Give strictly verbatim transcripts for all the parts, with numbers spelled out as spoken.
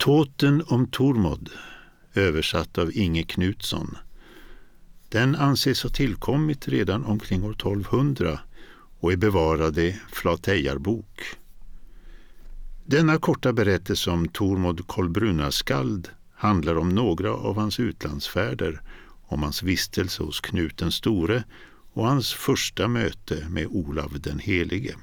Tåten om Tormod, översatt av Inge Knutsson. Den anses ha tillkommit redan omkring år tolvhundra och är bevarad i Flatejarbok. Denna korta berättelse om Tormod Kolbrunarskald handlar om några av hans utlandsfärder, om hans vistelse hos Knut den store och hans första möte med Olav den helige.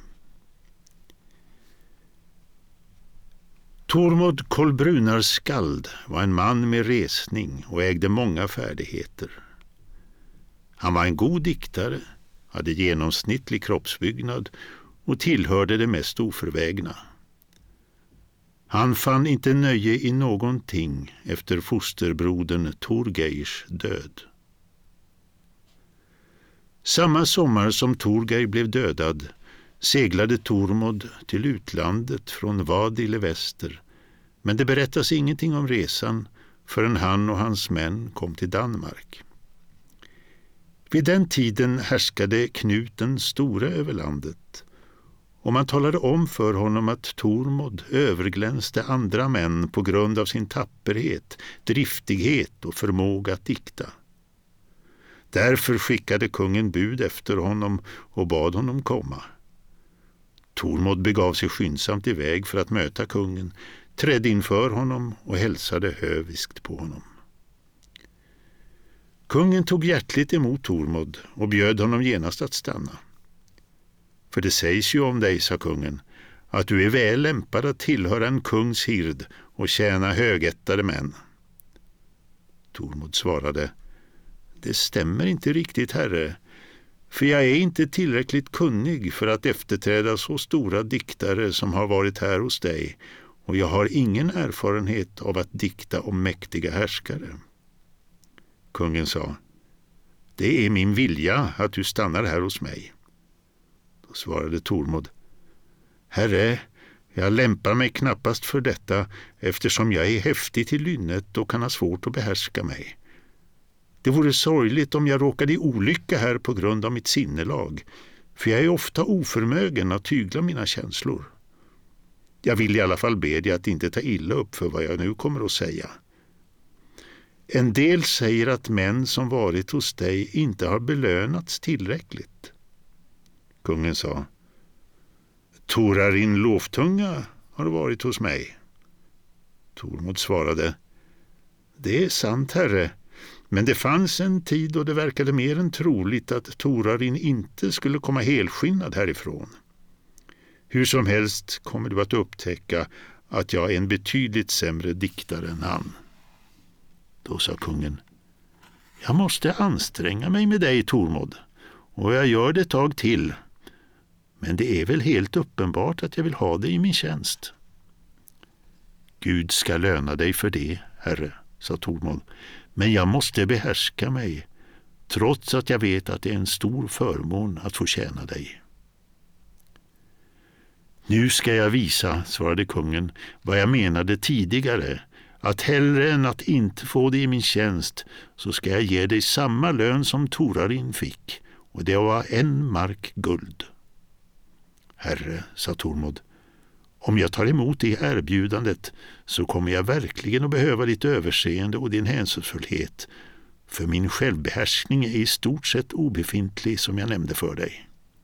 Tormod Kolbrunarskald var en man med resning och ägde många färdigheter. Han var en god diktare, hade genomsnittlig kroppsbyggnad och tillhörde det mest oförvägna. Han fann inte nöje i någonting efter fosterbrodern Torgeirs död. Samma sommar som Torgeir blev dödad seglade Tormod till utlandet från Vadil i väster, men det berättas ingenting om resan förrän han och hans män kom till Danmark. Vid den tiden härskade Knut den store över landet, och man talade om för honom att Tormod överglänste andra män på grund av sin tapperhet, driftighet och förmåga att dikta. Därför skickade kungen bud efter honom och bad honom komma. Tormod begav sig skyndsamt iväg för att möta kungen, trädde inför honom och hälsade höviskt på honom. Kungen tog hjärtligt emot Tormod och bjöd honom genast att stanna. För det sägs ju om dig, sa kungen, att du är väl lämpad att tillhöra en kungs hird och tjäna högättade män. Tormod svarade, det stämmer inte riktigt, herre, för jag är inte tillräckligt kunnig för att efterträda så stora diktare som har varit här hos dig, och jag har ingen erfarenhet av att dikta om mäktiga härskare. Kungen sa, det är min vilja att du stannar här hos mig. Då svarade Tormod, herre, jag lämpar mig knappast för detta eftersom jag är häftig till lynnet och kan ha svårt att behärska mig. Det vore sorgligt om jag råkade i olycka här på grund av mitt sinnelag, för jag är ofta oförmögen att tygla mina känslor. Jag vill i alla fall be dig att inte ta illa upp för vad jag nu kommer att säga. En del säger att män som varit hos dig inte har belönats tillräckligt. Kungen sa, Torarin Loftunga har varit hos mig. Tormod svarade, det är sant, herre, men det fanns en tid då det verkade mer än troligt att Torarin inte skulle komma helskinnad härifrån. Hur som helst kommer du att upptäcka att jag är en betydligt sämre diktare än han. Då sa kungen, jag måste anstränga mig med dig, Tormod, och jag gör det ett tag till. Men det är väl helt uppenbart att jag vill ha dig i min tjänst. Gud ska löna dig för det, herre, sa Tormod, men jag måste behärska mig, trots att jag vet att det är en stor förmån att få tjäna dig. Nu ska jag visa, svarade kungen, vad jag menade tidigare, att hellre än att inte få dig i min tjänst så ska jag ge dig samma lön som Torarin fick, och det var en mark guld. Herre, sa Tormod, om jag tar emot det erbjudandet så kommer jag verkligen att behöva ditt överseende och din hänsynsfullhet, för min självbehärskning är i stort sett obefintlig som jag nämnde för dig.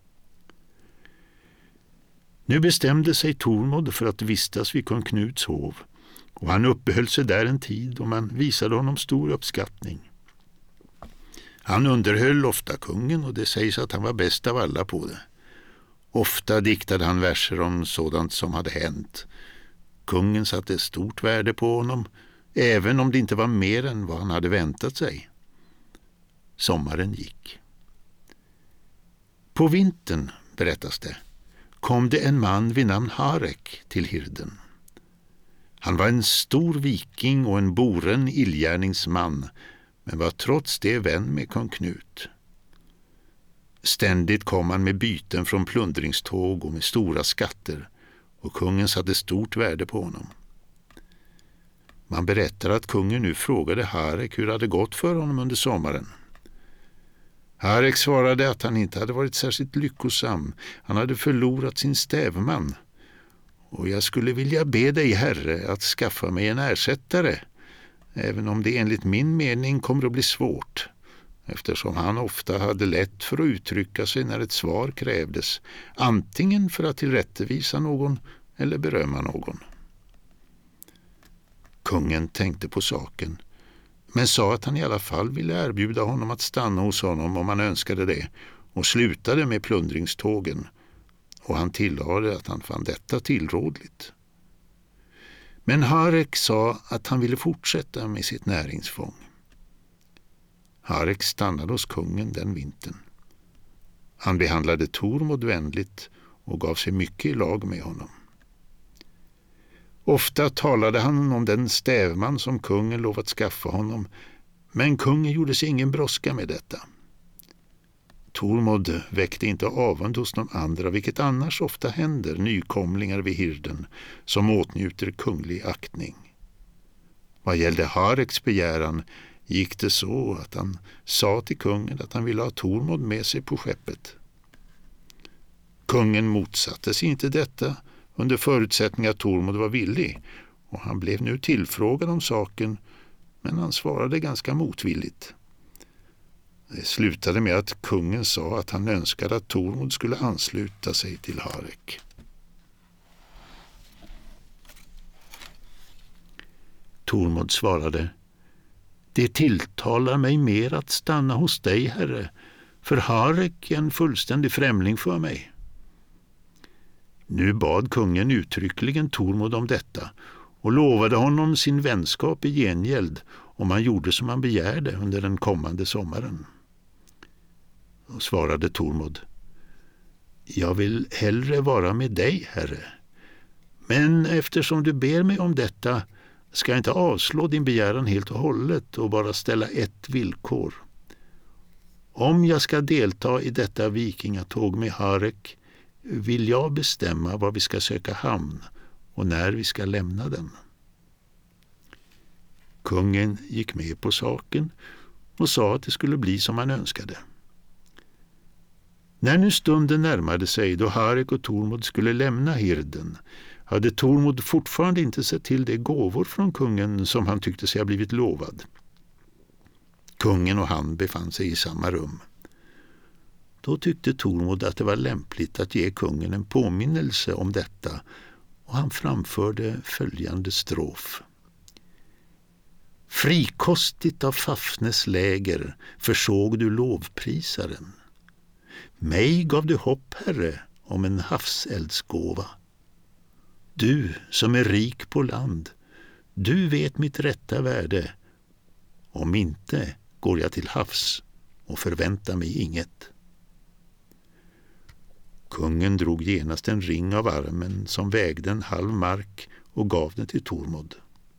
Nu bestämde sig Tormod för att vistas vid kung Knuts hov, och han uppehöll sig där en tid och man visade honom stor uppskattning. Han underhöll ofta kungen och det sägs att han var bäst av alla på det. Ofta diktade han verser om sådant som hade hänt. Kungen satte stort värde på honom, även om det inte var mer än vad han hade väntat sig. Sommaren gick. På vintern, berättas det, kom det en man vid namn Harek till hirden. Han var en stor viking och en boren illgärningsman, men var trots det vän med kung Knut. Ständigt kom han med byten från plundringståg och med stora skatter, och kungen satte stort värde på honom. Man berättar att kungen nu frågade Harek hur det hade gått för honom under sommaren. Harek svarade att han inte hade varit särskilt lyckosam. Han hade förlorat sin stävman. och jag skulle vilja be dig, Herre, att skaffa mig en ersättare, även om det enligt min mening kommer att bli svårt, eftersom han ofta hade lätt för att uttrycka sig när ett svar krävdes, antingen för att tillrättavisa någon eller berömma någon. Kungen tänkte på saken, men sa att han i alla fall ville erbjuda honom att stanna hos honom om han önskade det, och slutade med plundringstågen, och han tillade att han fann detta tillrådligt. Men Harek sa att han ville fortsätta med sitt näringsfång. Harek stannade hos kungen den vintern. Han behandlade Tormod vänligt och gav sig mycket i lag med honom. Ofta talade han om den stävman som kungen lovat skaffa honom, men kungen gjorde sig ingen brådska med detta. Tormod väckte inte avund hos de andra, vilket annars ofta händer nykomlingar vid hirden som åtnjuter kunglig aktning. Vad gällde Hareks begäran gick det så att han sa till kungen att han ville ha Tormod med sig på skeppet. Kungen motsatte sig inte detta under förutsättning att Tormod var villig, och han blev nu tillfrågad om saken, men han svarade ganska motvilligt. Det slutade med att kungen sa att han önskade att Tormod skulle ansluta sig till Harek. Tormod svarade: Det tilltalar mig mer att stanna hos dig, herre, för Harek är en fullständig främling för mig. Nu bad kungen uttryckligen Tormod om detta och lovade honom sin vänskap i gengäld om han gjorde som han begärde under den kommande sommaren. Och svarade Tormod: Jag vill hellre vara med dig, herre, men eftersom du ber mig om detta ska jag inte avslå din begäran helt och hållet och bara ställa ett villkor. Om jag ska delta i detta vikingatåg med Harek vill jag bestämma var vi ska söka hamn och när vi ska lämna den. Kungen gick med på saken och sa att det skulle bli som han önskade. När nu stunden närmade sig då Harek och Tormod skulle lämna hirden hade Tormod fortfarande inte sett till de gåvor från kungen som han tyckte sig ha blivit lovad. Kungen och han befann sig i samma rum. Då tyckte Tormod att det var lämpligt att ge kungen en påminnelse om detta, och han framförde följande strof. Frikostigt av Fafnes läger försåg du lovprisaren. Mig gav du hopp, herre, om en havseldsgåva. Du som är rik på land, du vet mitt rätta värde. Om inte går jag till havs och förväntar mig inget. Kungen drog genast en ring av armen som vägde en halv mark och gav den till Tormod.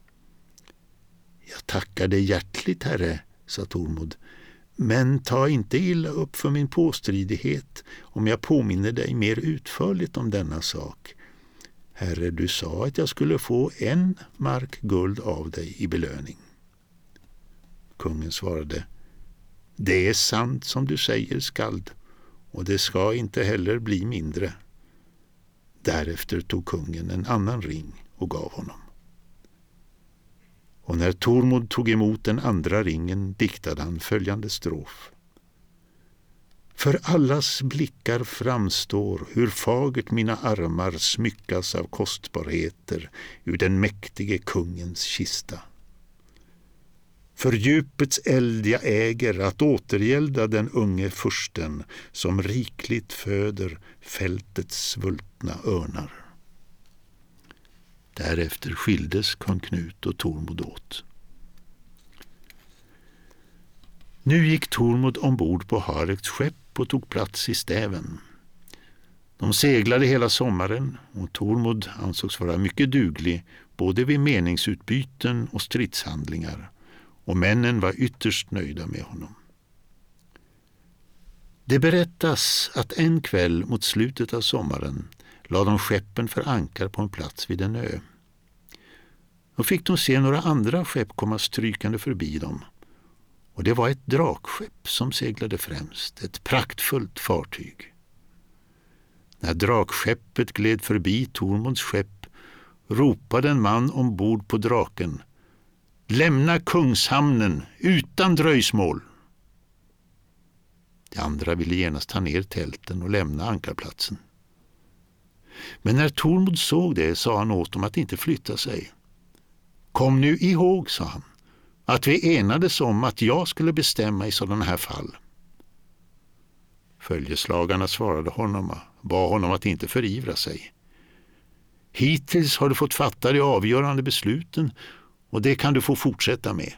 Jag tackar dig hjärtligt, herre, sa Tormod, men ta inte illa upp för min påstridighet om jag påminner dig mer utförligt om denna sak. Herre, du sa att jag skulle få en mark guld av dig i belöning. Kungen svarade, det är sant som du säger, skald, och det ska inte heller bli mindre. Därefter tog kungen en annan ring och gav honom. Och när Tormod tog emot den andra ringen diktade han följande strof. För allas blickar framstår hur fagert mina armar smyckas av kostbarheter ur den mäktige kungens kista. För djupets eld jag äger att återgälda den unge fursten som rikligt föder fältets svultna örnar. Därefter skildes kung Knut och Tormod åt. Nu gick Tormod ombord på Hareks skepp och tog plats i stäven. De seglade hela sommaren och Tormod ansågs vara mycket duglig både vid meningsutbyten och stridshandlingar, och männen var ytterst nöjda med honom. Det berättas att en kväll mot slutet av sommaren lade de skeppen för ankar på en plats vid en ö. Då fick de se några andra skepp komma strykande förbi dem, och det var ett drakskepp som seglade främst, ett praktfullt fartyg. När drakskeppet gled förbi Tormods skepp ropade en man ombord på draken: lämna Kungshamnen utan dröjsmål. De andra ville genast ta ner tälten och lämna ankarplatsen. Men när Tormod såg det sa han åt dem att inte flytta sig. Kom nu ihåg, sa han, att vi enades om att jag skulle bestämma i sådana här fall. Följeslagarna svarade honom och bad honom att inte förivra sig. Hittills har du fått fatta de avgörande besluten och det kan du få fortsätta med.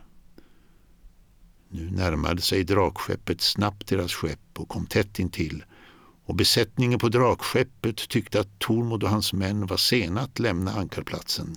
Nu närmade sig drakskeppet snabbt deras skepp och kom tätt intill, och besättningen på drakskeppet tyckte att Tormod och hans män var sena att lämna ankarplatsen.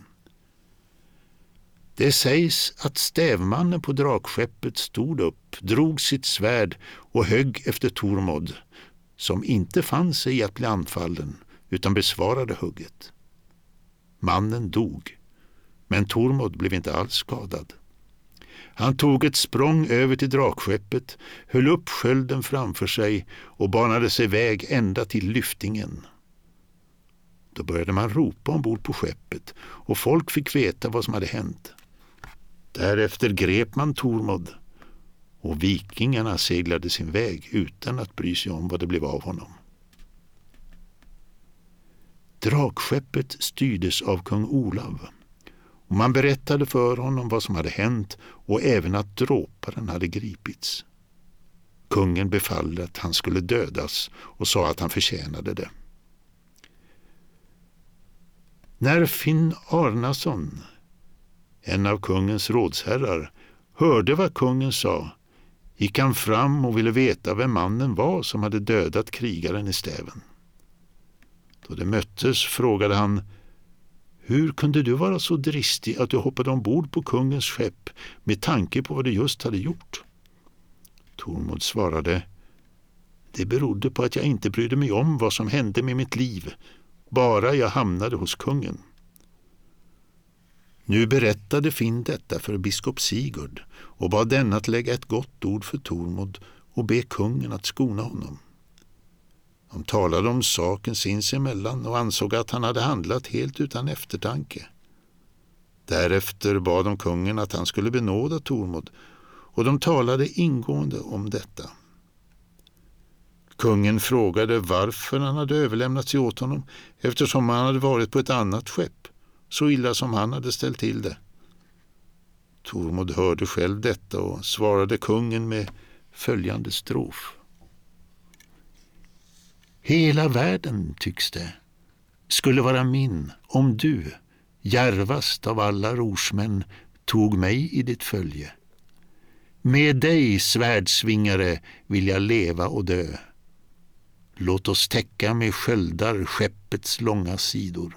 Det sägs att stävmannen på drakskeppet stod upp, drog sitt svärd och högg efter Tormod, som inte fann sig i att bli anfallen utan besvarade hugget. Mannen dog, men Tormod blev inte alls skadad. Han tog ett språng över till drakskeppet, höll upp skölden framför sig och banade sig väg ända till lyftingen. Då började man ropa ombord på skeppet och folk fick veta vad som hade hänt. Därefter grep man Tormod och vikingarna seglade sin väg utan att bry sig om vad det blev av honom. Drakskeppet styrdes av kung Olav. Och man berättade för honom vad som hade hänt och även att dråparen hade gripits. Kungen befallde att han skulle dödas och sa att han förtjänade det. När Finn Arnason, en av kungens rådsherrar, hörde vad kungen sa, gick han fram och ville veta vem mannen var som hade dödat krigaren i stäven. Då de möttes frågade han: hur kunde du vara så dristig att du hoppade ombord på kungens skepp med tanke på vad du just hade gjort? Tormod svarade: det berodde på att jag inte brydde mig om vad som hände med mitt liv, bara jag hamnade hos kungen. Nu berättade Finn detta för biskop Sigurd och bad denna att lägga ett gott ord för Tormod och be kungen att skona honom. De talade om saken sinsemellan och ansåg att han hade handlat helt utan eftertanke. Därefter bad de kungen att han skulle benåda Tormod, och de talade ingående om detta. Kungen frågade varför han hade överlämnat sig åt honom, eftersom han hade varit på ett annat skepp, så illa som han hade ställt till det. Tormod hörde själv detta och svarade kungen med följande strof: hela världen, tycks det, skulle vara min om du, djärvast av alla rorsmän, tog mig i ditt följe. Med dig, svärdsvingare, vill jag leva och dö. Låt oss täcka med sköldar skeppets långa sidor.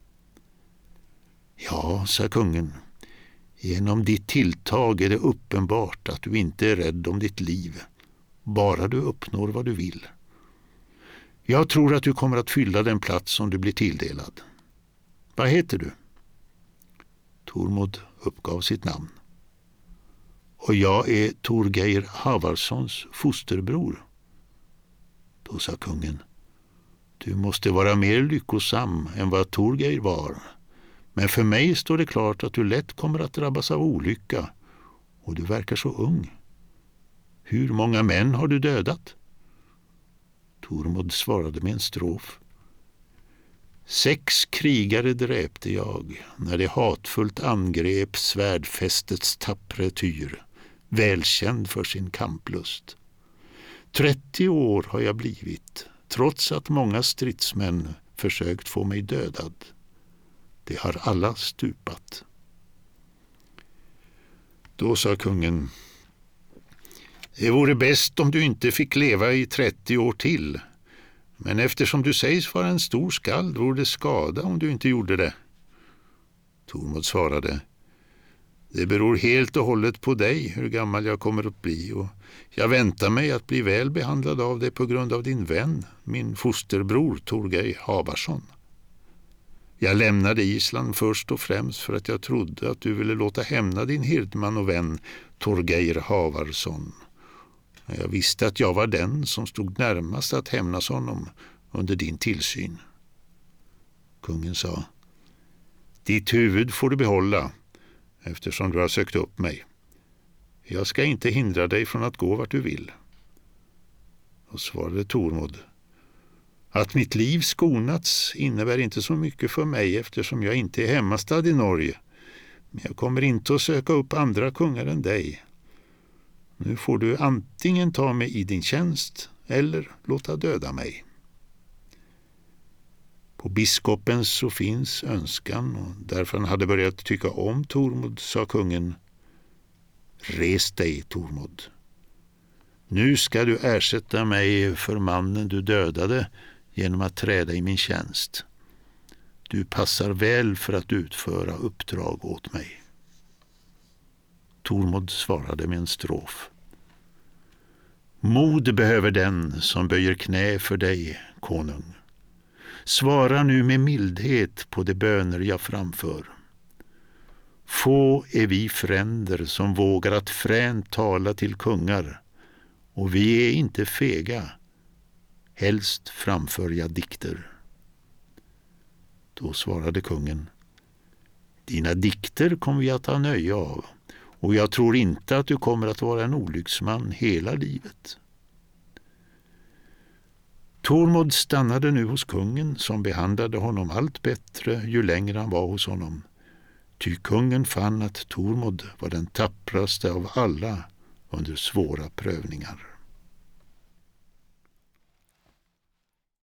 Ja, sa kungen, genom ditt tilltag är det uppenbart att du inte är rädd om ditt liv, bara du uppnår vad du vill. Jag tror att du kommer att fylla den plats som du blir tilldelad. Vad heter du? Tormod uppgav sitt namn. Och jag är Torgeir Havarssons fosterbror. Då sa kungen: du måste vara mer lyckosam än vad Torgeir var. Men för mig står det klart att du lätt kommer att drabbas av olycka, och du verkar så ung. Hur många män har du dödat? Tormod svarade med en strof: sex krigare dräpte jag när det hatfullt angrep svärdfästets tappre tyr, välkänd för sin kamplust. Trettio år har jag blivit, trots att många stridsmän försökt få mig dödad. Det har alla stupat. Då sa kungen: det vore bäst om du inte fick leva i trettio år till. Men eftersom du sägs vara en stor skald vore det skada om du inte gjorde det. Tormod svarade: det beror helt och hållet på dig hur gammal jag kommer att bli, och jag väntar mig att bli väl behandlad av dig på grund av din vän, min fosterbror Torgeir Havarsson. Jag lämnade Island först och främst för att jag trodde att du ville låta hämna din hirdman och vän Torgeir Havarsson. Jag visste att jag var den som stod närmast att hämnas honom under din tillsyn. Kungen sa: Ditt huvud får du behålla, eftersom du har sökt upp mig. Jag ska inte hindra dig från att gå vart du vill. Och svarade Tormod: Att mitt liv skonats innebär inte så mycket för mig, eftersom jag inte är hemmastad i Norge. Men jag kommer inte att söka upp andra kungar än dig. Nu får du antingen ta mig i din tjänst eller låta döda mig. På biskopens Sofins önskan, och därför han hade börjat tycka om Tormod, sa kungen: Res dig, Tormod. Nu ska du ersätta mig för mannen du dödade genom att träda i min tjänst. Du passar väl för att utföra uppdrag åt mig. Tormod svarade med en strof. Mod behöver den som böjer knä för dig, konung. Svara nu med mildhet på de böner jag framför. Få är vi fränder som vågar att fränt tala till kungar, och vi är inte fega. Helst framför jag dikter. Då svarade kungen: Dina dikter kommer vi att ha nöje av, och jag tror inte att du kommer att vara en olycksman hela livet. Tormod stannade nu hos kungen, som behandlade honom allt bättre ju längre han var hos honom. Ty kungen fann att Tormod var den tappraste av alla under svåra prövningar.